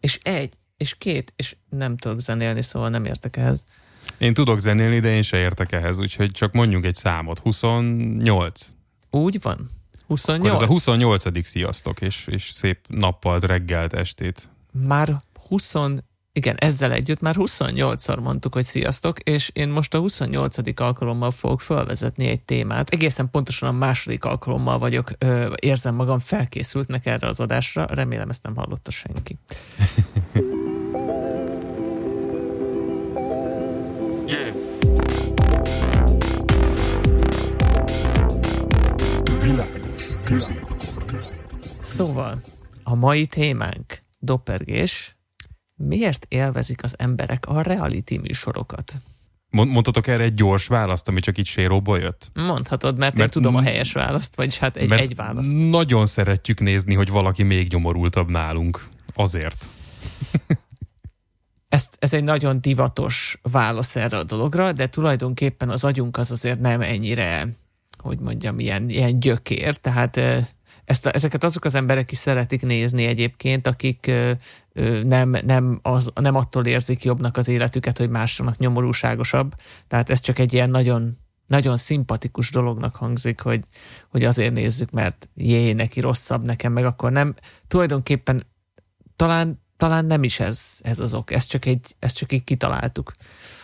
és egy, és két, és nem tudok zenélni, szóval nem értek ehhez. Én tudok zenélni, de én se értek ehhez, úgyhogy csak mondjunk egy számot. 28. Úgy van. 28. Akkor ez a 28. sziasztok, és szép nappalt, reggelt, estét. Már igen, ezzel együtt már 28-szor mondtuk, hogy sziasztok, és én most a 28. alkalommal fogok felvezetni egy témát. Egészen pontosan a második alkalommal vagyok, érzem magam felkészültnek erre az adásra. Remélem, ezt nem hallotta senki. Szóval, a mai témánk doppergés. Miért élvezik az emberek a reality műsorokat? Mondhatok erre egy gyors választ, ami csak így séróból jött? Mondhatod, mert én tudom a helyes választ, vagyis hát egy választ. Nagyon szeretjük nézni, hogy valaki még nyomorultabb nálunk. Azért. Ez egy nagyon divatos válasz erre a dologra, de tulajdonképpen az agyunk az azért nem ennyire, hogy mondjam, ilyen gyökér, tehát ezeket azok az emberek is szeretik nézni egyébként, akik nem attól érzik jobbnak az életüket, hogy másnak nyomorúságosabb. Tehát ez csak egy ilyen nagyon, nagyon szimpatikus dolognak hangzik, hogy azért nézzük, mert neki rosszabb, nekem meg akkor nem. Tulajdonképpen talán nem is ez az ok, ezt csak így kitaláltuk.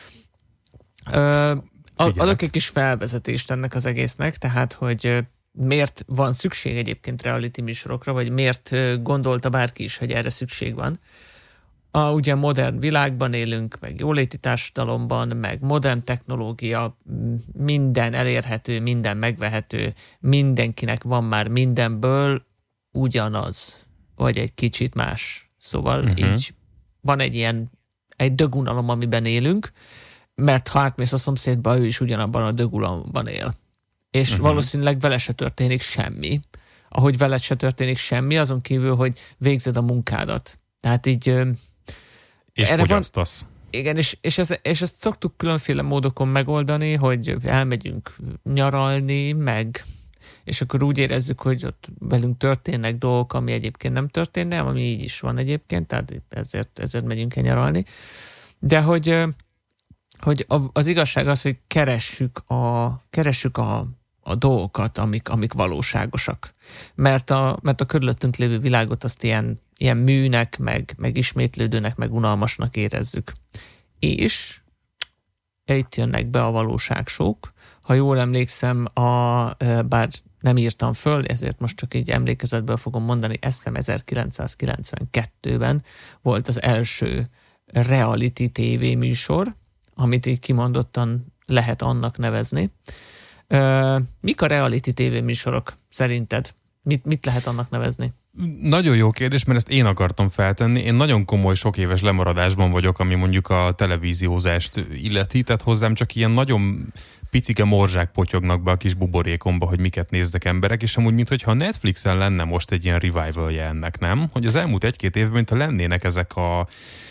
Adok egy kis felvezetést ennek az egésznek, tehát, hogy miért van szükség egyébként reality műsorokra, vagy miért gondolta bárki is, hogy erre szükség van. Ugye modern világban élünk, meg jóléti társadalomban, meg modern technológia, minden elérhető, minden megvehető, mindenkinek van már mindenből ugyanaz, vagy egy kicsit más. Szóval így van egy dögunalom, amiben élünk, mert ha átmész a szomszédba, ő is ugyanabban a dögunalomban él. És valószínűleg vele se történik semmi. Ahogy veled se történik semmi, azon kívül, hogy végzed a munkádat. Tehát így... És fogyasztasz. Igen, és ezt szoktuk különféle módokon megoldani, hogy elmegyünk nyaralni, és akkor úgy érezzük, hogy ott velünk történnek dolgok, ami egyébként nem történne, ami így is van egyébként, tehát ezért megyünk el nyaralni. De hogy az igazság az, hogy keressük a dolgokat, amik valóságosak. Mert a körülöttünk lévő világot azt ilyen műnek, meg ismétlődőnek, meg unalmasnak érezzük. És itt jönnek be a valóságsók. Ha jól emlékszem, bár nem írtam föl, ezért most csak így emlékezetből fogom mondani, azt hiszem 1992-ben volt az első reality TV műsor, amit így kimondottan lehet annak nevezni. Mik a reality TV műsorok szerinted? Mit lehet annak nevezni? Nagyon jó kérdés, mert ezt én akartam feltenni. Én nagyon komoly, sok éves lemaradásban vagyok, ami mondjuk a televíziózást illeti, tehát hozzám csak ilyen nagyon picike morzsák potyognak be a kis buborékomba, hogy miket néznek emberek, és amúgy minthogyha a Netflixen lenne most egy ilyen revival-je ennek, nem? Hogy az elmúlt 1-2 évben, mintha lennének ezek a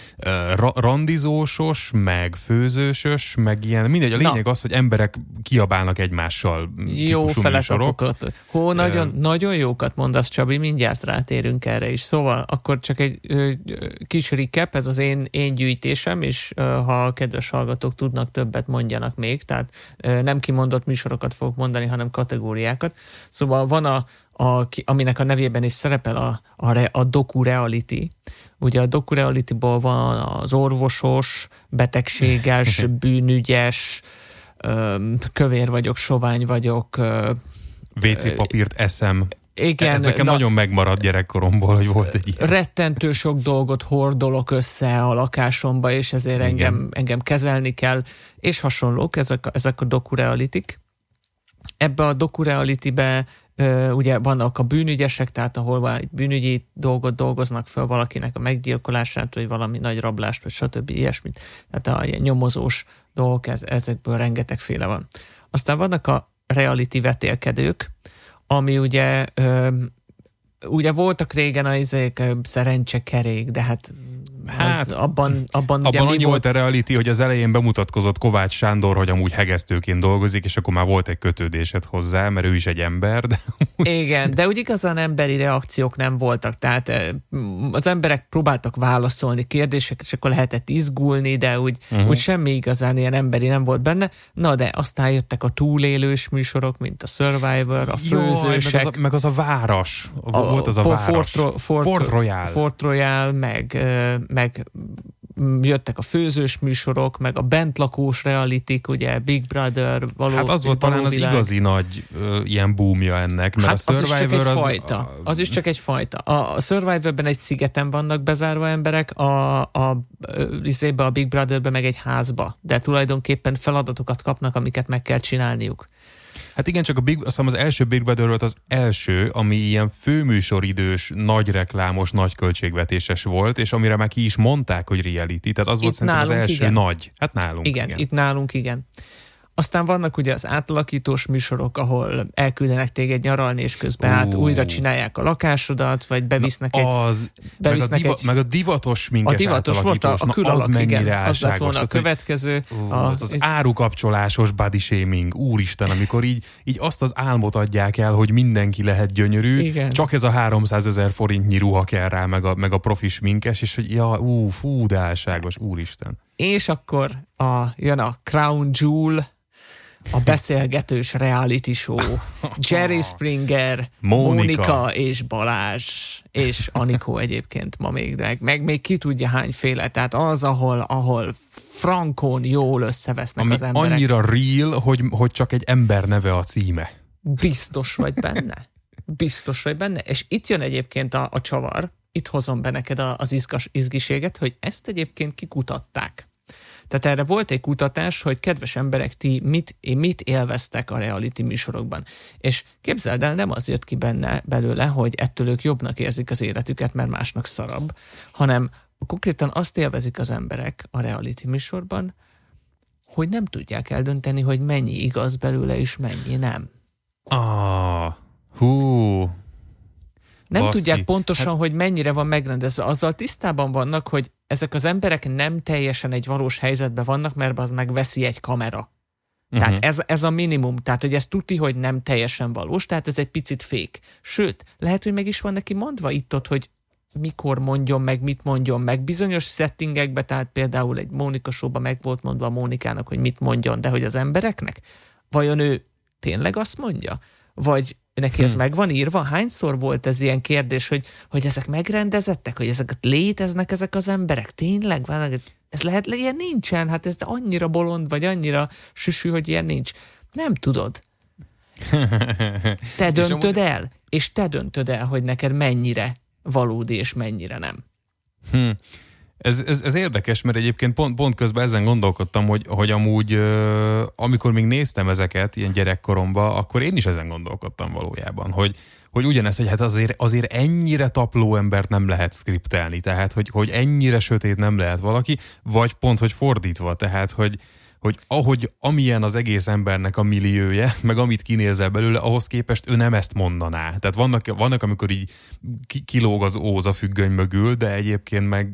randizósos, meg főzősös, meg ilyen, mindegy, a lényeg az, hogy emberek kiabálnak egymással típusú műsorok. Nagyon jókat mondasz, Csabi, mindjárt rátérünk erre is. Szóval akkor csak egy kis recap, ez az én gyűjtésem, és ha a kedves hallgatók tudnak, többet mondjanak még, tehát nem kimondott műsorokat fogok mondani, hanem kategóriákat. Szóval van aminek a nevében is szerepel a doku-reality. Ugye a doku-realityból van az orvosos, betegséges, bűnügyes, kövér vagyok, sovány vagyok. WC papírt eszem. Igen, ez nekem nagyon megmaradt gyerekkoromból, hogy volt egy ilyen. Rettentő sok dolgot hordolok össze a lakásomba, és ezért engem kezelni kell, és hasonlók, ezek a doku-realitik. Ebbe a doku-realitybe ugye vannak a bűnügyesek, tehát ahol egy bűnügyi dolgot dolgoznak föl valakinek a meggyilkolását, vagy valami nagy rablást, vagy stb. Ilyesmit. Tehát a ilyen nyomozós dolgok, ezekből rengetegféle van. Aztán vannak a reality vetélkedők, ami ugye voltak régen a szerencsekerék, de hát Hát, abban annyi volt a reality, hogy az elején bemutatkozott Kovács Sándor, hogy amúgy hegesztőként dolgozik, és akkor már volt egy kötődésed hozzá, mert ő is egy ember. De... Igen, de úgy igazán emberi reakciók nem voltak, tehát az emberek próbáltak válaszolni kérdéseket, és akkor lehetett izgulni, de úgy semmi igazán ilyen emberi nem volt benne. Na de aztán jöttek a túlélős műsorok, mint a Survivor, a főzősek. Jaj, meg az a város. Volt az a város. Fort Royale, meg jöttek a főzős műsorok, meg a bentlakós realitik, ugye Big Brother, való. Hát az volt talán az igazi nagy ilyen boomja ennek, mert hát a Survivor az is csak egy fajta. A Survivorben egy szigeten vannak bezárva emberek, a Big Brotherben meg egy házba, de tulajdonképpen feladatokat kapnak, amiket meg kell csinálniuk. Hát igen, csak az első Big Brother volt az első, ami ilyen főműsoridős, nagy reklámos, nagy költségvetéses volt, és amire már ki is mondták, hogy reality. Tehát az volt szerintem az első igen. nagy. Hát nálunk igen. Itt nálunk igen. Aztán vannak ugye az átalakítós műsorok, ahol elküldenek téged nyaralni, és közben újra csinálják a lakásodat, vagy bevisznek meg a divatos sminkes átalakítós. A külalak, az mennyire igen, álságos. az lett volna a következő. Az árukapcsolásos body shaming, úristen, amikor így azt az álmot adják el, hogy mindenki lehet gyönyörű, igen. Csak ez a 300 000 forintnyi ruha kell rá, meg a profi sminkes, és hogy fú, de álságos, úristen. És akkor jön a Crown Jewel, a beszélgetős reality show. Jerry Springer, Mónika és Balázs, és Anikó egyébként ma meg még ki tudja hányféle. Tehát az, ahol frankon jól összevesznek az emberek. Annyira real, hogy csak egy ember neve a címe. Biztos vagy benne. Biztos vagy benne. És itt jön egyébként a csavar, itt hozom be neked az izgiséget, hogy ezt egyébként kikutatták. Tehát erre volt egy kutatás, hogy kedves emberek, ti mit élveztek a reality műsorokban. És képzeld el, nem az jött ki belőle, hogy ettől ők jobbnak érzik az életüket, mert másnak szarabb, hanem konkrétan azt élvezik az emberek a reality műsorban, hogy nem tudják eldönteni, hogy mennyi igaz belőle és mennyi nem. Nem tudják pontosan, hogy mennyire van megrendezve. Azzal tisztában vannak, hogy ezek az emberek nem teljesen egy valós helyzetben vannak, mert az megveszi egy kamera. Tehát ez a minimum. Tehát, hogy ez tuti, hogy nem teljesen valós, tehát ez egy picit fake. Sőt, lehet, hogy meg is van neki mondva itt-ott, hogy mikor mondjon meg, mit mondjon meg. Bizonyos settingekben, tehát például egy Mónika showban meg volt mondva a Mónikának, hogy mit mondjon, de hogy az embereknek? Vajon ő tényleg azt mondja? Vagy neki ez meg van írva? Hányszor volt ez ilyen kérdés, hogy ezek megrendezettek, hogy ezek léteznek ezek az emberek? Tényleg? Ez lehet, ilyen nincsen, hát ez annyira bolond, vagy annyira süsű, hogy ilyen nincs. Nem tudod. Te döntöd el, és te döntöd el, hogy neked mennyire valódi, és mennyire nem. Ez érdekes, mert egyébként pont közben ezen gondolkodtam, hogy amúgy amikor még néztem ezeket ilyen gyerekkoromban, akkor én is ezen gondolkodtam valójában, hogy ugyanez, hogy hát azért ennyire tapló embert nem lehet skriptelni, tehát hogy ennyire sötét nem lehet valaki, vagy pont, hogy fordítva, tehát hogy amilyen az egész embernek a milliója, meg amit kinézel belőle, ahhoz képest ő nem ezt mondaná. Tehát vannak amikor így kilóg az óza függöny mögül, de egyébként meg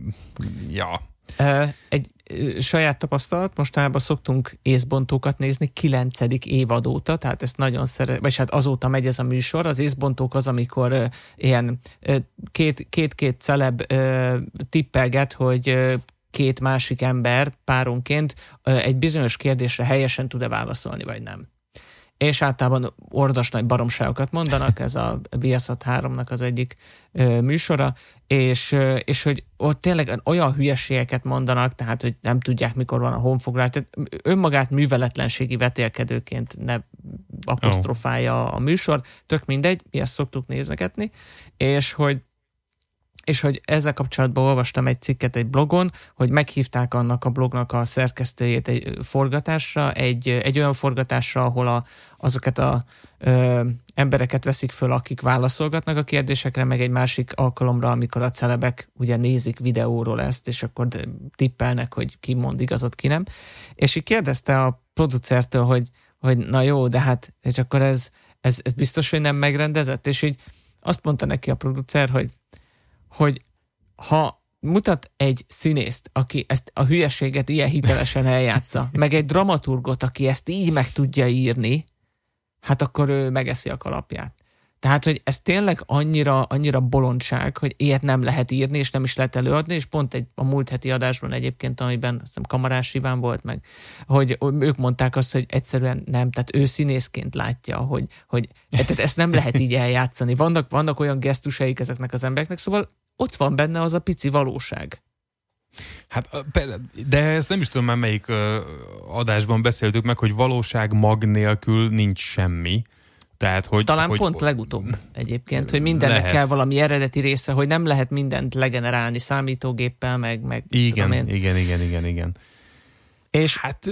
Egy saját tapasztalat, mostanában szoktunk észbontókat nézni 9. évad óta, tehát ezt nagyon vagy hát azóta megy ez a műsor. Az észbontók az, amikor ilyen két celeb tippelget, hogy két másik ember páronként egy bizonyos kérdésre helyesen tud-e válaszolni, vagy nem. És általában ordas nagy baromságokat mondanak, ez a Viaszat 3-nak az egyik műsora, és hogy ott tényleg olyan hülyeségeket mondanak, tehát, hogy nem tudják, mikor van a honfoglalás, tehát önmagát műveletlenségi vetélkedőként ne apostrofálja a műsor, tök mindegy, mi ezt szoktuk nézegetni, és hogy ezzel kapcsolatban olvastam egy cikket egy blogon, hogy meghívták annak a blognak a szerkesztőjét egy forgatásra, egy olyan forgatásra, ahol azokat a embereket veszik föl, akik válaszolgatnak a kérdésekre, meg egy másik alkalomra, amikor a celebek ugye nézik videóról ezt, és akkor tippelnek, hogy ki mond igazat, ki nem. És így kérdezte a producertől, hogy na jó, de hát és akkor ez biztos, hogy nem megrendezett, és így azt mondta neki a producer, hogy ha mutat egy színészt, aki ezt a hülyeséget ilyen hitelesen eljátsza, meg egy dramaturgot, aki ezt így meg tudja írni, hát akkor ő megeszi a kalapját. Tehát, hogy ez tényleg annyira bolondság, hogy ilyet nem lehet írni, és nem is lehet előadni, és pont a múlt heti adásban egyébként, amiben azt hiszem Kamarás Iván volt meg, hogy ők mondták azt, hogy egyszerűen nem, tehát ő színészként látja, hogy tehát ezt nem lehet így eljátszani. Vannak olyan gesztusaik ezeknek az embereknek, szóval ott van benne az a pici valóság. Hát, de ezt nem is tudom már melyik adásban beszéltük meg, hogy valóság mag nélkül nincs semmi. Tehát, talán pont legutóbb egyébként, hogy mindennek lehet. Kell valami eredeti része, hogy nem lehet mindent legenerálni számítógéppel, meg Igen. És hát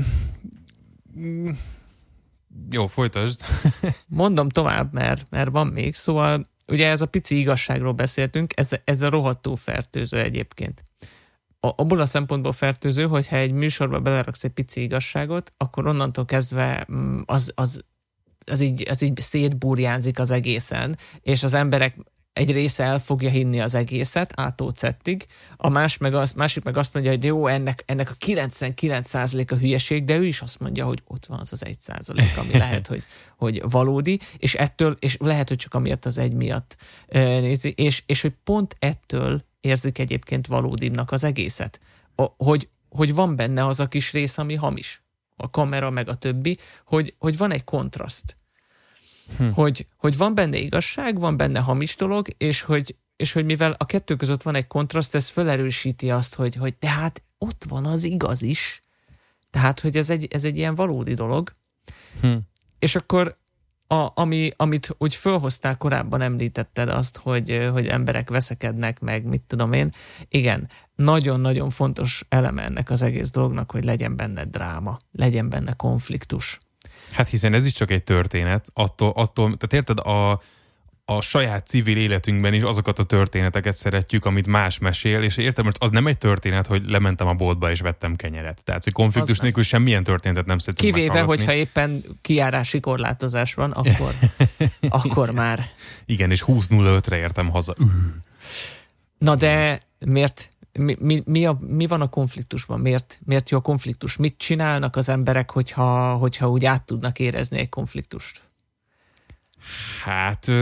jó, folytasd. Mondom tovább, mert van még, szóval ugye ez a pici igazságról beszéltünk, ez a rohadtul fertőző egyébként. Abból a szempontból fertőző, hogyha egy műsorba beleraksz egy pici igazságot, akkor onnantól kezdve az így szétburjánzik az egészen, és az emberek egy része el fogja hinni az egészet, ától zettig, a másik meg azt mondja, hogy jó, ennek a 99% a hülyeség, de ő is azt mondja, hogy ott van az 1%, ami lehet, hogy valódi, és lehet, hogy csak amiatt az egy miatt nézi, és hogy pont ettől érzik egyébként valódibbnak az egészet. Hogy van benne az a kis rész, ami hamis. A kamera, meg a többi, hogy van egy kontraszt. Hogy van benne igazság, van benne hamis dolog, és hogy mivel a kettő között van egy kontraszt, ez felerősíti azt, hogy tehát ott van az igaz is. Tehát, hogy ez egy ilyen valódi dolog. És akkor amit úgy fölhoztál korábban, említetted azt, hogy emberek veszekednek meg, mit tudom én. Igen, nagyon-nagyon fontos eleme ennek az egész dolognak, hogy legyen benne dráma, legyen benne konfliktus. Hát hiszen ez is csak egy történet. Attól tehát érted, a saját civil életünkben is azokat a történeteket szeretjük, amit más mesél, és érted, most az nem egy történet, hogy lementem a boltba és vettem kenyeret. Tehát, hogy konfliktus nélkül semmilyen történetet nem szeretünk kivéve, hogyha éppen kijárási korlátozás van, akkor már. Igen, és 20:05-re értem haza. Na de miért? Mi van a konfliktusban? Miért jó a konfliktus? Mit csinálnak az emberek, hogyha úgy át tudnak érezni egy konfliktust? Hát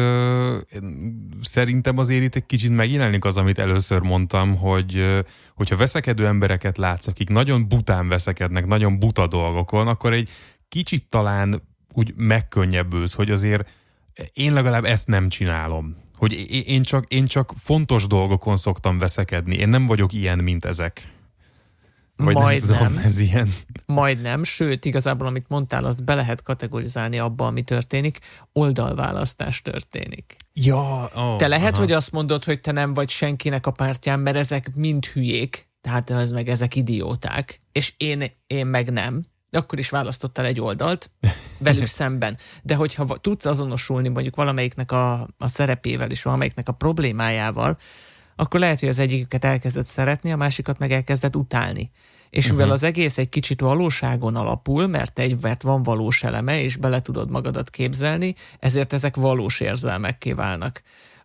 szerintem azért itt egy kicsit megjelenik az, amit először mondtam, hogyha veszekedő embereket látsz, akik nagyon bután veszekednek, nagyon buta dolgokon, akkor egy kicsit talán úgy megkönnyebbülsz, hogy azért én legalább ezt nem csinálom. Hogy én csak fontos dolgokon szoktam veszekedni. Én nem vagyok ilyen, mint ezek. Vagy nem, ez ilyen. Majdnem, sőt, igazából amit mondtál, azt be lehet kategorizálni abba, ami történik. Oldalválasztás történik. Ja, te lehet, hogy azt mondod, hogy te nem vagy senkinek a pártján, mert ezek mind hülyék, tehát ezek idióták, és én meg nem. De akkor is választottál egy oldalt velük szemben. De hogyha tudsz azonosulni mondjuk valamelyiknek a szerepével és valamelyiknek a problémájával, akkor lehet, hogy az egyiket elkezded szeretni, a másikat meg elkezded utálni. És mivel az egész egy kicsit valóságon alapul, mert van valós eleme, és bele tudod magadat képzelni, ezért ezek valós érzelmekké válnak.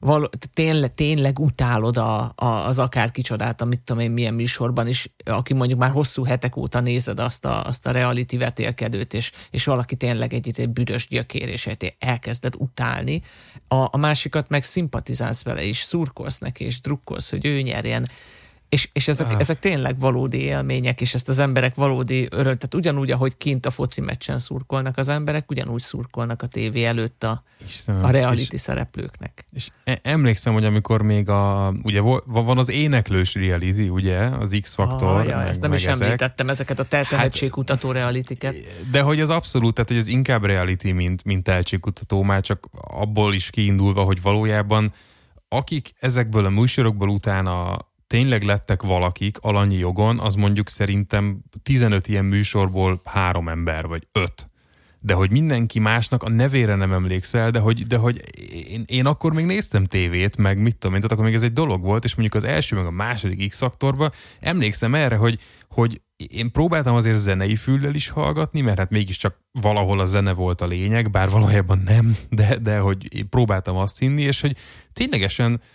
Tényleg utálod az akárkicsodát, amit tudom én milyen műsorban is, aki mondjuk már hosszú hetek óta nézed azt a reality vetélkedőt, és valaki tényleg egy büdös gyökér, és elkezded utálni. A másikat meg szimpatizálsz vele, és szurkolsz neki, és drukkolsz, hogy ő nyerjen. És ezek tényleg valódi élmények, és ezt az emberek valódi tehát ugyanúgy, ahogy kint a foci meccsen szurkolnak az emberek, ugyanúgy szurkolnak a tévé előtt a reality szereplőknek. És emlékszem, hogy amikor még ugye van az éneklős reality, ugye, az X-faktor. Ezt nem is említettem, ezeket a tehetségkutató reality-ket. De hogy az abszolút, tehát hogy ez inkább reality, mint tehetségkutató, már csak abból is kiindulva, hogy valójában akik ezekből a műsorokból utána tényleg lettek valakik alanyi jogon, az mondjuk szerintem 15 ilyen műsorból 3 ember, vagy 5. De hogy mindenki másnak a nevére nem emlékszel, de hogy én akkor még néztem tévét, meg mit tudom én, tehát akkor még ez egy dolog volt, és mondjuk az első, meg a második X-faktorban emlékszem erre, hogy én próbáltam azért zenei füllel is hallgatni, mert hát mégiscsak valahol a zene volt a lényeg, bár valójában nem, de hogy én próbáltam azt hinni, és hogy ténylegesen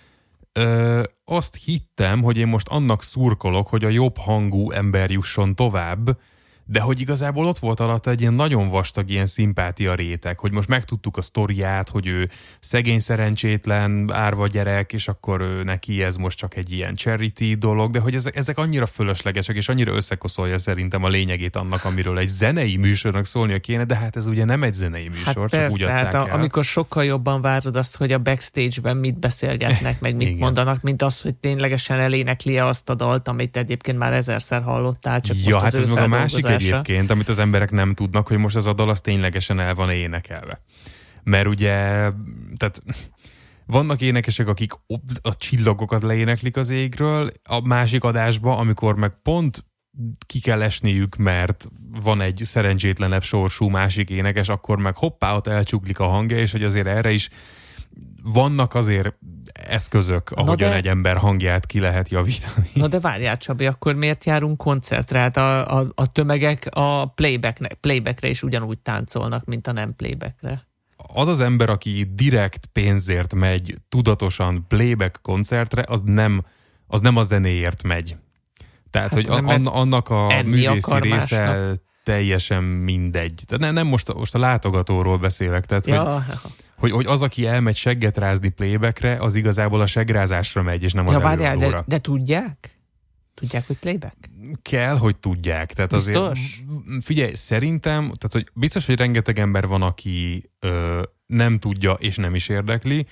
Azt hittem, hogy én most annak szurkolok, hogy a jobb hangú ember jusson tovább, de hogy igazából ott volt alatta egy ilyen nagyon vastag ilyen szimpátia réteg, hogy most megtudtuk a sztoriát, hogy ő szegény szerencsétlen árva gyerek, és akkor neki ez most csak egy ilyen charity dolog, de hogy ezek annyira fölöslegesek, és annyira összekoszolja szerintem a lényegét annak, amiről egy zenei műsornak szólnia kéne, de hát ez ugye nem egy zenei műsor, hát csak persze, úgy adták el. Amikor sokkal jobban várod azt, hogy a backstage-ben mit beszélgetnek, meg mit mondanak, mint az, hogy ténylegesen elénekli azt a dalt, amit egyébként már ezerszer hallottál, csak most hát az ez ő meg a másik feldolgozása. Egyébként, amit az emberek nem tudnak, hogy most az a dal az ténylegesen el van énekelve. Mert ugye, tehát vannak énekesek, akik a csillagokat leéneklik az égről, a másik adásban, amikor meg pont ki kell esniük, mert van egy szerencsétlenebb sorsú másik énekes, akkor meg hoppá, ott elcsuklik a hangja, és hogy azért erre is vannak azért eszközök, ahogyan egy ember hangját ki lehet javítani. Na de várjál, Csabi, akkor miért járunk koncertre? Hát a tömegek a playbackre is ugyanúgy táncolnak, mint a nem playbackre. Az az ember, aki direkt pénzért megy tudatosan playback koncertre, az nem a zenéért megy. Tehát, hogy annak a művészi része teljesen mindegy. Tehát nem most a látogatóról beszélek. Tehát, hogy az, aki elmegy segget rázni playbackre, az igazából a seggrázásra megy, és nem az előadóra. De tudják? Tudják, hogy playback? Kell, hogy tudják. Tehát biztos? Azért, figyelj, szerintem, tehát, hogy biztos, hogy rengeteg ember van, aki nem tudja, és nem is érdekli,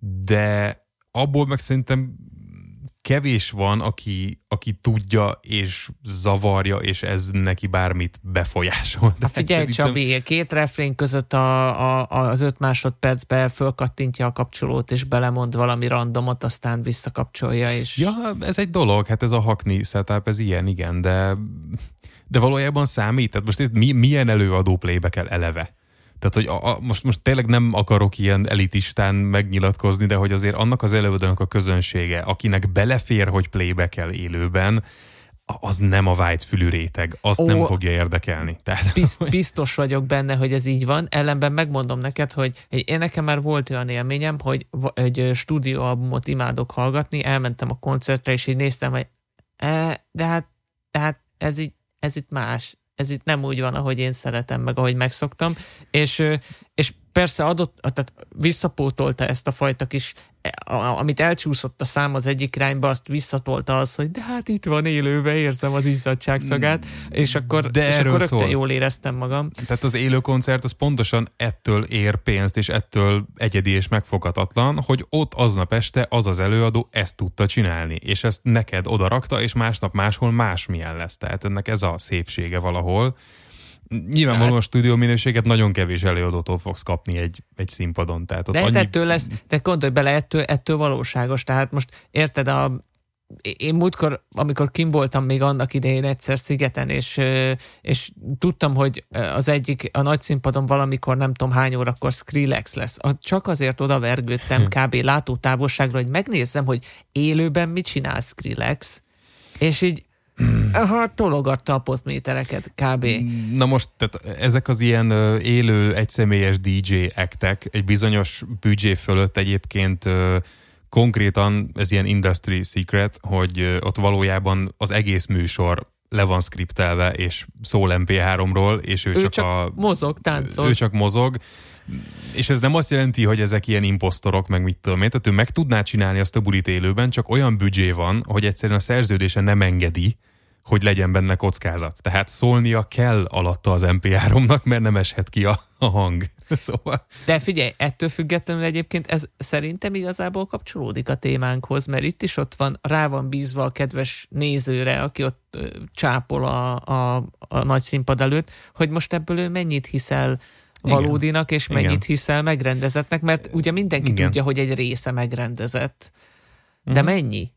de abból meg szerintem kevés van, aki tudja, és zavarja, és ez neki bármit befolyásol. Hát figyelj, Csabi, 2 refrén között az 5 másodpercben fölkattintja a kapcsolót, és belemond valami randomot, aztán visszakapcsolja, és... Ja, ez egy dolog, hát ez a Hackney setup, ez ilyen, igen, de valójában számít? Tehát most milyen előadó playback-el eleve? Tehát, hogy most tényleg nem akarok ilyen elitistán megnyilatkozni, de hogy azért annak az előadónak a közönsége, akinek belefér, hogy playback-el élőben, az nem a vágyfülű réteg, azt nem fogja érdekelni. Tehát, biztos vagyok benne, hogy ez így van, ellenben megmondom neked, hogy nekem már volt olyan élményem, hogy egy stúdióalbumot imádok hallgatni, elmentem a koncertre, és így néztem, hogy de hát ez itt más. Ez itt nem úgy van, ahogy én szeretem, meg ahogy megszoktam, és persze tehát visszapótolta ezt a fajta kis, amit elcsúszott a szám az egyik irányba, azt visszatolta az, hogy de hát itt van élőben, érzem az izzadság szagát, és akkor rögtön jól éreztem magam. Tehát az élő koncert az pontosan ettől ér pénzt, és ettől egyedi és megfoghatatlan, hogy ott aznap este az előadó ezt tudta csinálni, és ezt neked oda rakta, és másnap máshol másmilyen lesz. Tehát ennek ez a szépsége valahol. Nyilvánvalóan a stúdió minőséget nagyon kevés előadótól fogsz kapni egy színpadon. Tehát ott ettől lesz, de gondolj bele, ettől valóságos. Tehát most érted, én múltkor, amikor kim voltam még annak idején egyszer Szigeten, és tudtam, hogy a nagy színpadon valamikor nem tudom hány órakor Skrillex lesz. Csak azért odavergődtem kb. Látótávolságra, hogy megnézzem, hogy élőben mit csinál Skrillex, és így tologatta a potmétereket kb. Na most, tehát ezek az ilyen élő, egyszemélyes DJ actek egy bizonyos büdzsé fölött egyébként konkrétan, ez ilyen industry secret, hogy ott valójában az egész műsor le van skriptelve, és szól MP3-ról, és ő csak mozog, táncol. Ő csak mozog, és ez nem azt jelenti, hogy ezek ilyen imposztorok, meg mit tudom én, tehát ő meg tudná csinálni azt a bulit élőben, csak olyan büdzsé van, hogy egyszerűen a szerződése nem engedi, hogy legyen benne kockázat. Tehát szólnia kell alatta az MP3-nak, mert nem eshet ki a hang. Szóval. De figyelj, ettől függetlenül egyébként ez szerintem igazából kapcsolódik a témánkhoz, mert itt is ott van, rá van bízva a kedves nézőre, aki ott csápol a nagy színpad előtt, hogy most ebből ő mennyit hiszel valódinak, és mennyit hiszel megrendezettnek, mert ugye mindenki tudja, hogy egy része megrendezett. De mennyi?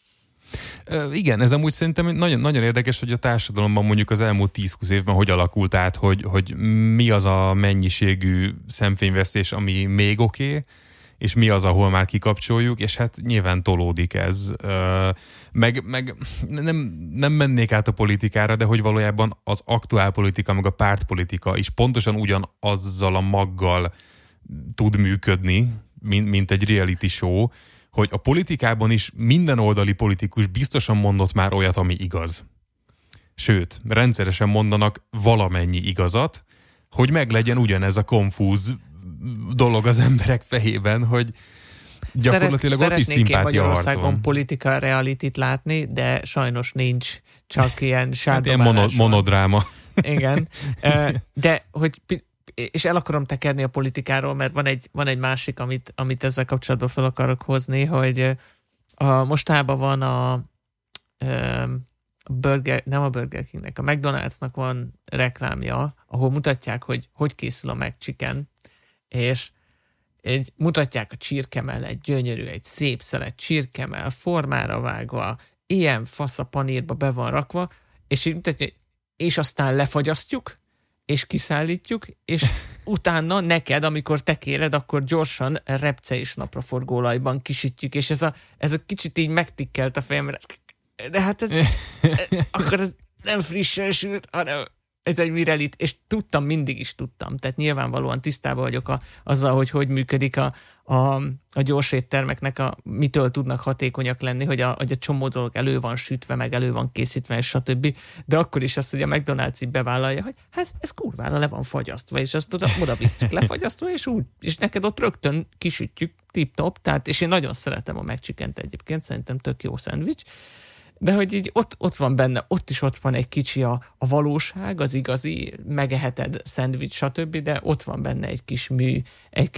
Igen, ez amúgy szerintem nagyon, nagyon érdekes, hogy a társadalomban mondjuk az elmúlt 10-20 évben hogy alakult át, hogy mi az a mennyiségű szemfényvesztés, ami még oké, és mi az, ahol már kikapcsoljuk, és hát nyilván tolódik ez. Meg nem mennék át a politikára, de hogy valójában az aktuál politika, meg a pártpolitika is pontosan ugyanazzal a maggal tud működni, mint egy reality show, hogy a politikában is minden oldali politikus biztosan mondott már olyat, ami igaz. Sőt, rendszeresen mondanak valamennyi igazat, hogy meglegyen ugyanez a konfúz dolog az emberek fejében, hogy gyakorlatilag ott is szimpátia harc van. Magyarországon politikai realityt látni, de sajnos nincs, csak ilyen sárdobálás. Ilyen monodráma. Igen, de hogy és el akarom tekerni a politikáról, mert van egy másik, amit ezzel kapcsolatban fel akarok hozni, hogy mostában van a Burger Kingnek, a McDonald'snak van reklámja, ahol mutatják, hogy készül a McChicken, és mutatják a csirkemell, egy gyönyörű, egy szép szelet csirkemell, formára vágva, ilyen fasz a panírba be van rakva, és így mutatja, és aztán lefagyasztjuk, és kiszállítjuk, és utána neked, amikor te kéred, akkor gyorsan repce és napraforgó olajban kisütjük, és ez a kicsit így megtikkelt a fejemre. De hát akkor ez nem frissen sült, hanem ez egy mirelit, és mindig is tudtam, tehát nyilvánvalóan tisztában vagyok azzal, hogy működik a gyors éttermeknek, mitől tudnak hatékonyak lenni, hogy a csomó dolog elő van sütve, meg elő van készítve, és stb. De akkor is azt, hogy a McDonald's így bevállalja, hogy ez kurvára le van fagyasztva, és azt oda visszük lefagyasztva, és neked ott rögtön kisütjük tip-top, tehát, és én nagyon szeretem a McChickent egyébként, szerintem tök jó szendvics, de hogy így ott van benne, ott van egy kicsi a valóság, az igazi, megeheted szendvics, stb., de ott van benne egy kis mű, egy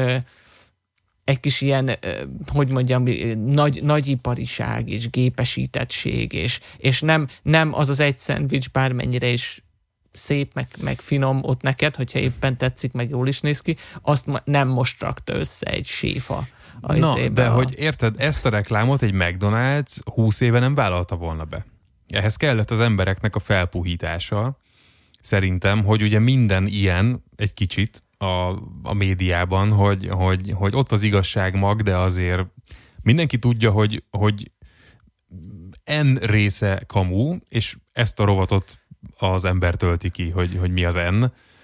kis ilyen, hogy mondjam, nagyipariság és gépesítettség, és nem az egy szendvics, bármennyire is szép, meg finom ott neked, hogyha éppen tetszik, meg jól is néz ki, azt nem most rakta össze egy séfa. Hogy érted, ezt a reklámot egy McDonald's 20 éve nem vállalta volna be. Ehhez kellett az embereknek a felpuhítása. Szerintem, hogy ugye minden ilyen egy kicsit a médiában, hogy ott az igazság mag, de azért mindenki tudja, hogy N része kamu, és ezt a rovatot az ember tölti ki, hogy mi az N.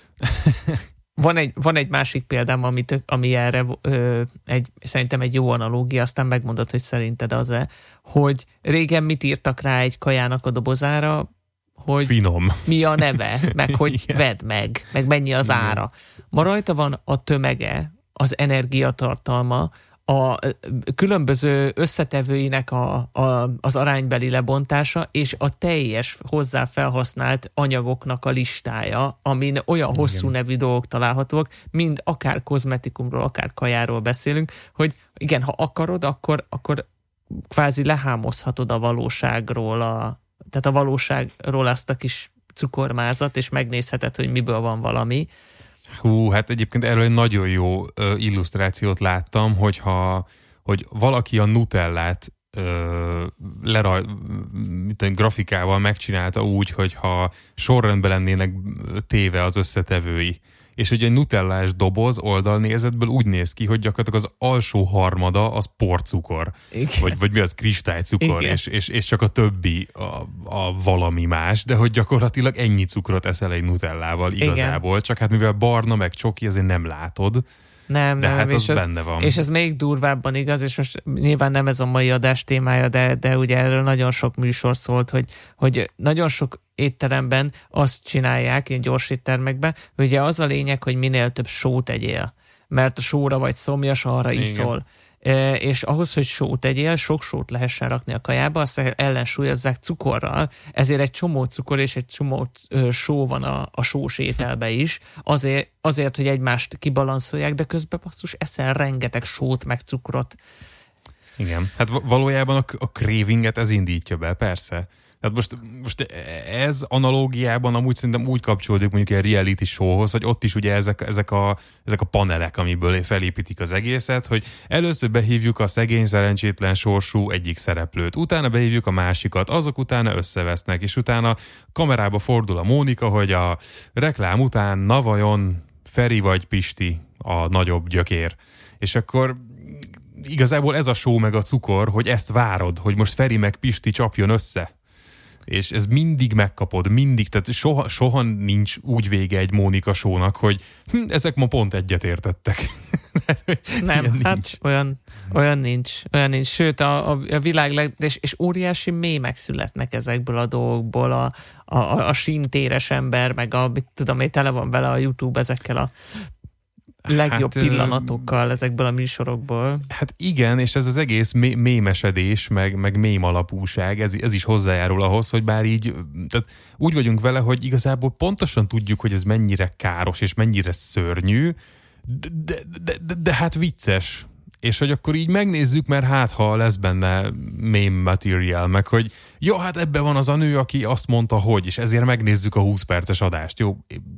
Van egy másik példám, ami erre szerintem egy jó analógia, aztán megmondod, hogy szerinted az-e, hogy régen mit írtak rá egy kajának a dobozára, hogy finom. Mi a neve, meg hogy vedd meg mennyi az ára. Ma rajta van a tömege, az energiatartalma, a különböző összetevőinek az aránybeli lebontása, és a teljes hozzá felhasznált anyagoknak a listája, amin olyan hosszú nevű dolgok találhatók, mind akár kozmetikumról, akár kajáról beszélünk, hogy igen, ha akarod, akkor kvázi lehámozhatod a valóságról, tehát a valóságról azt a kis cukormázat, és megnézheted, hogy miből van valami. Hát egyébként erről egy nagyon jó illusztrációt láttam, hogy valaki a Nutellát grafikával megcsinálta úgy, hogyha sorrendben lennének téve az összetevői. És ugye egy nutellás doboz oldalnézetből úgy néz ki, hogy gyakorlatilag az alsó harmada az porcukor. Vagy mi az, kristálycukor, és csak a többi a valami más, de hogy gyakorlatilag ennyi cukrot eszel egy nutellával igazából. Igen. Csak hát mivel barna meg csoki, azért nem látod. Nem, hát és az benne van. És ez még durvábban igaz, és most nyilván nem ez a mai adás témája, de ugye erről nagyon sok műsor szólt, hogy nagyon sok étteremben azt csinálják, ilyen gyors éttermekben, hogy ugye az a lényeg, hogy minél több sót egyél, mert a sóra vagy szomjas, arra iszol. És ahhoz, hogy sót tegyél, sok sót lehessen rakni a kajába, azt ellensúlyozzák cukorral, ezért egy csomó cukor és egy csomó só van a sós ételbe is, azért, hogy egymást kibalanszolják, de közben basszus eszel rengeteg sót meg cukrot. Igen, hát valójában a cravinget ez indítja be, persze. Hát most ez analógiában amúgy szerintem úgy kapcsolódik mondjuk egy reality showhoz, hogy ott is ugye ezek a panelek, amiből felépítik az egészet, hogy először behívjuk a szegény, szerencsétlen sorsú egyik szereplőt, utána behívjuk a másikat, azok utána összevesznek, és utána kamerába fordul a Mónika, hogy a reklám után na vajon Feri vagy Pisti a nagyobb gyökér. És akkor igazából ez a show meg a cukor, hogy ezt várod, hogy most Feri meg Pisti csapjon össze. És ez mindig megkapod, mindig, tehát soha nincs úgy vége egy Mónika show-nak, hogy ezek ma pont egyetértettek. Nem, hát olyan nincs. Sőt, a világ és óriási mémek születnek ezekből a dolgokból, a sintéres ember, meg mit tudom én, tele van vele a YouTube ezekkel a legjobb pillanatokkal ezekből a műsorokból. Hát igen, és ez az egész mémesedés, meg mém alapúság, ez is hozzájárul ahhoz, hogy bár így, tehát úgy vagyunk vele, hogy igazából pontosan tudjuk, hogy ez mennyire káros, és mennyire szörnyű, de hát vicces. És hogy akkor így megnézzük, mert hát ha lesz benne meme material, meg hogy jó, hát ebben van az a nő, aki azt mondta, hogy, és ezért megnézzük a 20 perces adást, jó?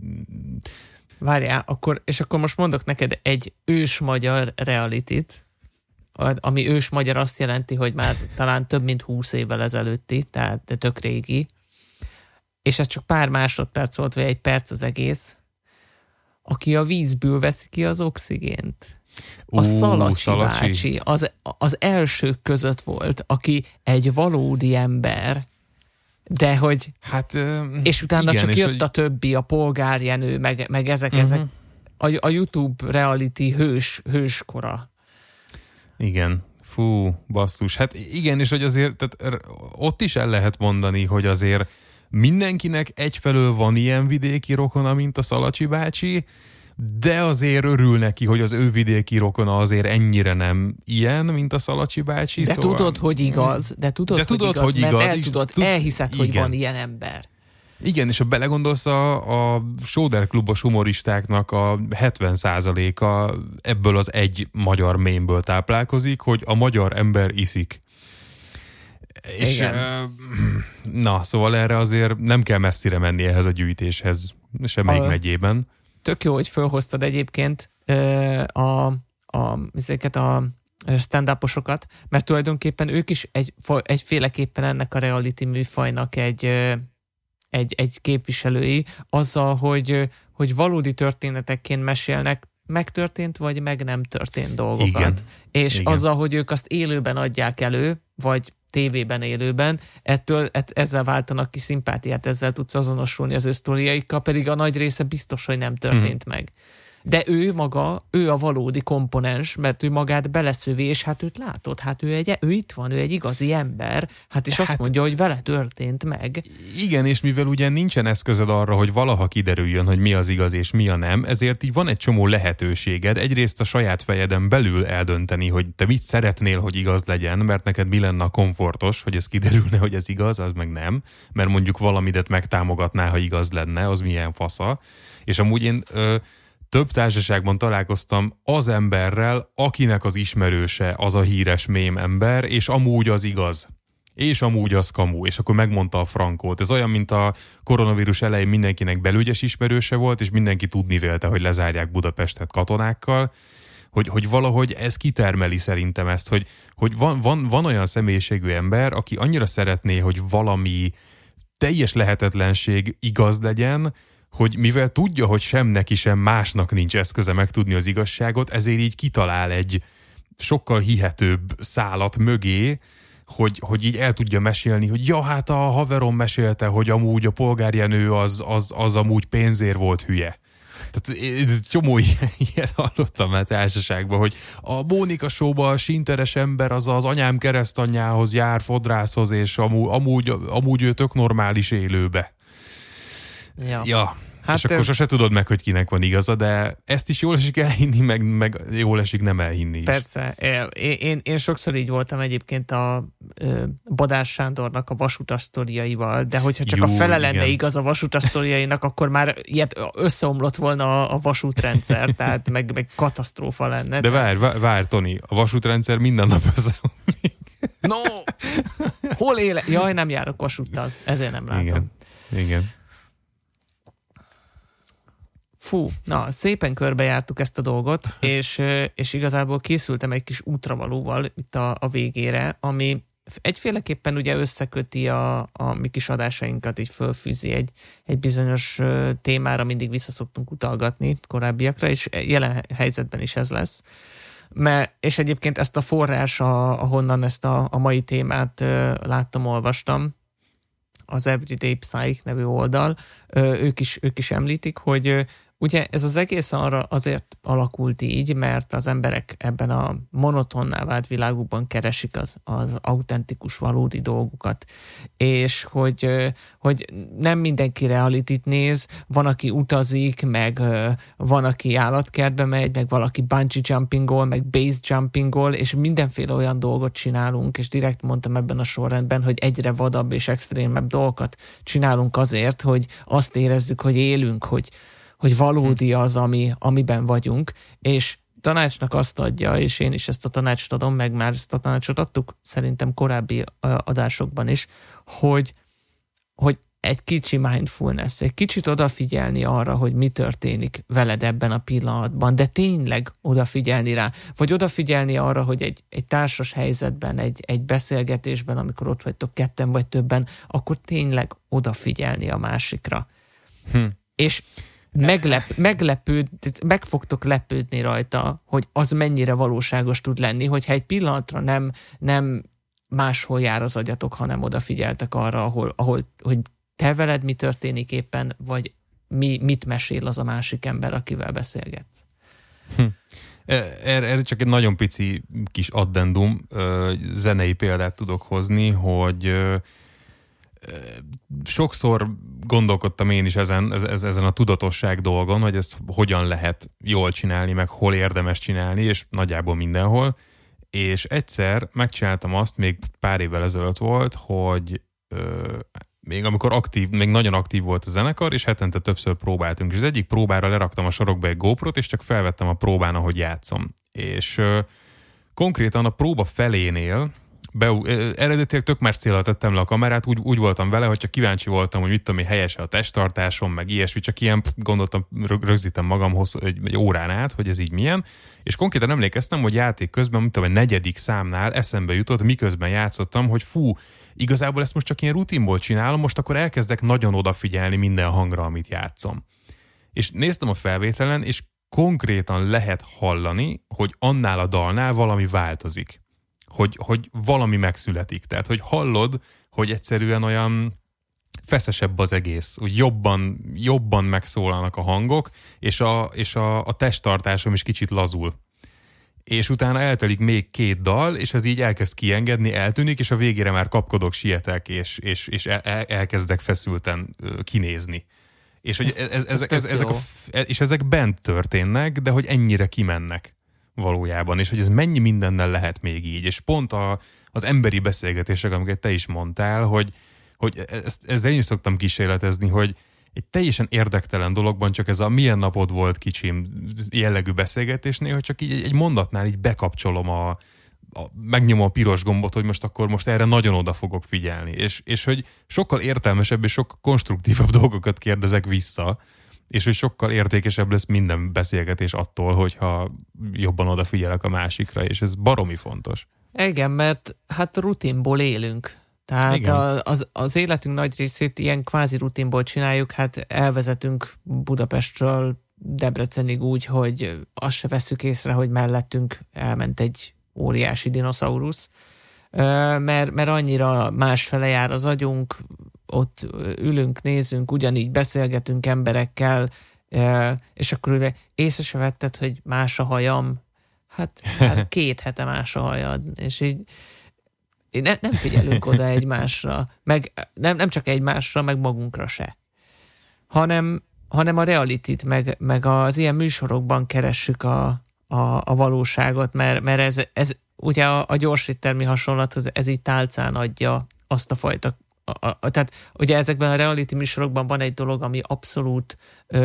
Várjál, akkor most mondok neked egy ősmagyar realityt, ami ősmagyar azt jelenti, hogy már talán több mint 20 évvel ezelőtti, tehát tök régi, és ez csak pár másodperc volt, vagy egy perc az egész, aki a vízből veszi ki az oxigént. A Szalacsi bácsi az elsők között volt, aki egy valódi ember, de hogy... Hát, és utána igen, csak és jött hogy... a többi, a Polgárjenő, meg ezek a YouTube reality hőskora. Igen. Fú, basszus. Hát igen, és hogy azért tehát ott is el lehet mondani, hogy azért mindenkinek egyfelől van ilyen vidéki rokona, mint a Szalacsi bácsi, de azért örül neki, hogy az ő vidéki rokona azért ennyire nem ilyen, mint a Szalacsi bácsi. De szóval... tudod, hogy igaz. De tudod, hogy igaz, mert elhiszed, hogy van ilyen ember. Igen, és ha belegondolsz, a Sóder klubos humoristáknak a 70%-a ebből az egy magyar mémből táplálkozik, hogy a magyar ember iszik. És na, szóval erre azért nem kell messzire menni ehhez a semmelyik megyében. Tök jó, hogy felhoztad egyébként ezeket a stand-uposokat, mert tulajdonképpen ők is egyféleképpen ennek a reality műfajnak egy képviselői, azzal, hogy valódi történetekként mesélnek megtörtént vagy meg nem történt dolgokat. Igen. És igen. Azzal, hogy ők azt élőben adják elő, vagy tévében élőben, ezzel váltanak ki szimpátiát, ezzel tudsz azonosulni az ő sztoriaikkal, pedig a nagy része biztos, hogy nem történt meg. De ő a valódi komponens, mert ő magát beleszövi, és hát őt látod, hát ő itt van, ő egy igazi ember, hát és azt mondja, hogy vele történt meg. Igen, és mivel ugye nincsen eszközöd arra, hogy valaha kiderüljön, hogy mi az igaz és mi a nem, ezért így van egy csomó lehetőséged, egyrészt a saját fejeden belül eldönteni, hogy te mit szeretnél, hogy igaz legyen, mert neked mi lenne a komfortos, hogy ez kiderülne, hogy ez igaz, az meg nem, mert mondjuk valamidet megtámogatná, ha igaz lenne, az milyen fasza. És amúgy én... több társaságban találkoztam az emberrel, akinek az ismerőse az a híres mém ember, és amúgy az igaz. És amúgy az kamu. És akkor megmondta a frankót. Ez olyan, mint a koronavírus elején mindenkinek belügyes ismerőse volt, és mindenki tudni vélte, hogy lezárják Budapestet katonákkal, hogy valahogy ez kitermeli szerintem ezt, hogy van olyan személyiségű ember, aki annyira szeretné, hogy valami teljes lehetetlenség igaz legyen, hogy mivel tudja, hogy sem neki, sem másnak nincs eszköze megtudni az igazságot, ezért így kitalál egy sokkal hihetőbb szálat mögé, hogy így el tudja mesélni, hogy ja, hát a haverom mesélte, hogy amúgy a Polgárjenő az amúgy pénzért volt hülye. Tehát csomó ilyet hallottam már társaságban, hogy a Mónika show-ban a sinteres ember az anyám keresztanyjához jár fodrászhoz, és amúgy ő tök normális élőbe. Ja. Hát és akkor sose tudod meg, hogy kinek van igaza, de ezt is jól esik elhinni, meg jól esik nem elhinni is. Persze. Én sokszor így voltam egyébként a Badás Sándornak a vasutas sztoriaival, de hogyha csak a fele lenne igaz a vasutas sztoriainak, akkor már ilyet összeomlott volna a vasútrendszer, tehát meg katasztrófa lenne. De várj, Toni, a vasútrendszer minden nap összeomlik. No! Hol éle? Jaj, nem járok vasúttal, ezért nem látom. Igen. Fú, na, szépen körbejártuk ezt a dolgot, és igazából készültem egy kis útravalóval itt a végére, ami egyféleképpen ugye összeköti a mi kis adásainkat, így fölfűzi egy bizonyos témára, mindig visszaszoktunk utalgatni korábbiakra, és jelen helyzetben is ez lesz. És egyébként ezt a forrás, ahonnan ezt a mai témát láttam, olvastam, az Everyday Psych nevű oldal, ők is említik, hogy ugye ez az egész arra azért alakult így, mert az emberek ebben a monotonná vált világukban keresik az autentikus, valódi dolgokat, és hogy nem mindenki realityt néz, van, aki utazik, meg van, aki állatkertbe megy, meg valaki bungee jumpingol, meg base jumpingol, és mindenféle olyan dolgot csinálunk, és direkt mondtam ebben a sorrendben, hogy egyre vadabb és extrémebb dolgokat csinálunk azért, hogy azt érezzük, hogy élünk, hogy valódi az, amiben vagyunk, és tanácsnak azt adja, és én is ezt a tanácsot adom, meg már ezt a tanácsot adtuk szerintem korábbi adásokban is, hogy egy kicsi mindfulness, egy kicsit odafigyelni arra, hogy mi történik veled ebben a pillanatban, de tényleg odafigyelni rá, vagy odafigyelni arra, hogy egy társas helyzetben, egy beszélgetésben, amikor ott vagytok ketten vagy többen, akkor tényleg odafigyelni a másikra. És meg fogtok lepődni rajta, hogy az mennyire valóságos tud lenni, hogyha egy pillanatra nem máshol jár az agyatok, hanem odafigyeltek arra, ahol hogy te veled mi történik éppen, vagy mit mesél az a másik ember, akivel beszélgetsz. Erre csak egy nagyon pici kis addendum, zenei példát tudok hozni, hogy sokszor gondolkodtam én is ezen a tudatosság dolgon, hogy ezt hogyan lehet jól csinálni, meg hol érdemes csinálni, és nagyjából mindenhol. És egyszer megcsináltam azt, még pár évvel ezelőtt volt, hogy még amikor még nagyon aktív volt a zenekar, és hetente többször próbáltunk. És az egyik próbára leraktam a sarokba egy GoPro-t, és csak felvettem a próbán, ahogy játszom. És konkrétan a próba felénél eredetileg tök más célra tettem le a kamerát, úgy voltam vele, hogy csak kíváncsi voltam, hogy mit tudom én, helyes a testtartásom, meg ilyesmi, csak ilyen gondoltam, rögzítem magamhoz egy órán át, hogy ez így milyen, és konkrétan emlékeztem, hogy játék közben, mint a 4. számnál eszembe jutott, miközben játszottam, hogy igazából ezt most csak ilyen rutinból csinálom, most akkor elkezdek nagyon odafigyelni minden hangra, amit játszom. És néztem a felvételen, és konkrétan lehet hallani, hogy annál a dalnál valami változik. Hogy valami megszületik. Tehát, hogy hallod, hogy egyszerűen olyan feszesebb az egész, úgy jobban megszólalnak a hangok, és a testtartásom is kicsit lazul. És utána eltelik még 2 dal, és ez így elkezd kiengedni, eltűnik, és a végére már kapkodok, sietek, és elkezdek feszülten kinézni. És hogy ezek bent történnek, de hogy ennyire kimennek valójában, és hogy ez mennyi mindennel lehet még így. És pont az emberi beszélgetések, amiket te is mondtál, hogy ezzel én is szoktam kísérletezni, hogy egy teljesen érdektelen dologban csak ez a milyen napod volt kicsim jellegű beszélgetésnél, hogy csak így egy mondatnál így bekapcsolom megnyomom a piros gombot, hogy most erre nagyon oda fogok figyelni. És hogy sokkal értelmesebb és sokkal konstruktívabb dolgokat kérdezek vissza, és hogy sokkal értékesebb lesz minden beszélgetés attól, hogyha jobban odafigyelek a másikra, és ez baromi fontos. Igen, mert hát rutinból élünk. Tehát az életünk nagy részét ilyen kvázi rutinból csináljuk, hát elvezetünk Budapestről Debrecenig úgy, hogy azt se vesszük észre, hogy mellettünk elment egy óriási dinoszaurusz, mert annyira másfele jár az agyunk, ott ülünk, nézünk, ugyanígy beszélgetünk emberekkel, és akkor ugye észre se vetted, hogy más a hajam, hát 2 hete más a hajad, és így nem figyelünk oda egymásra, meg nem csak egymásra, meg magunkra se, hanem a realityt, meg az ilyen műsorokban keressük a valóságot, mert ez ugye a gyors éttermi hasonlat, ez így tálcán adja azt a fajta. Tehát ugye ezekben a reality műsorokban van egy dolog, ami abszolút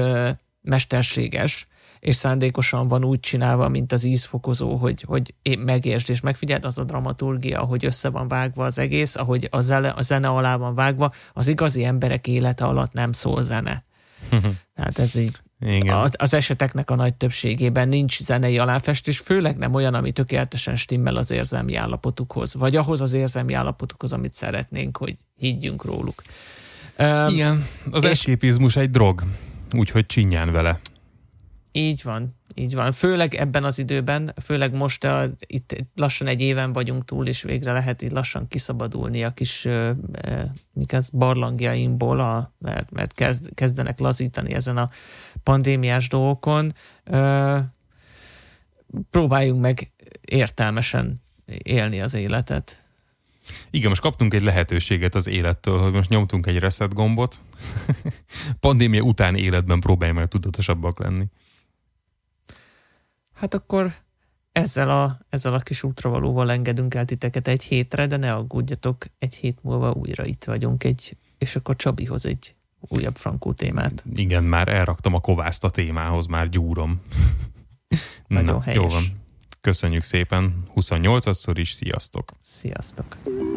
mesterséges, és szándékosan van úgy csinálva, mint az ízfokozó, hogy megértsd és megfigyeld, az a dramaturgia, ahogy össze van vágva az egész, ahogy a zene alá van vágva, az igazi emberek élete alatt nem szól zene. Tehát ez így. Az eseteknek a nagy többségében nincs zenei aláfestés, főleg nem olyan, ami tökéletesen stimmel az érzelmi állapotukhoz, vagy ahhoz az érzelmi állapotukhoz, amit szeretnénk, hogy higgyünk róluk. Igen, az eszképizmus egy drog, úgyhogy csinján vele. Így van, így van. Főleg ebben az időben, főleg most itt lassan egy éven vagyunk túl, és végre lehet így lassan kiszabadulni a kis barlangjaimból, mert kezdenek lazítani ezen a pandémiás dolgokon. Próbáljunk meg értelmesen élni az életet. Igen, most kaptunk egy lehetőséget az élettől, hogy most nyomtunk egy reset gombot. Pandémia után életben próbálj meg tudatosabbak lenni. Hát akkor ezzel a kis útravalóval engedünk el titeket egy hétre, de ne aggódjatok, egy hét múlva újra itt vagyunk, és akkor Csabihoz egy újabb frankó témát. Igen, már elraktam a kovászt a témához, már gyúrom. Nagyon helyes. Jó van. Köszönjük szépen 28-szor is, sziasztok! Sziasztok!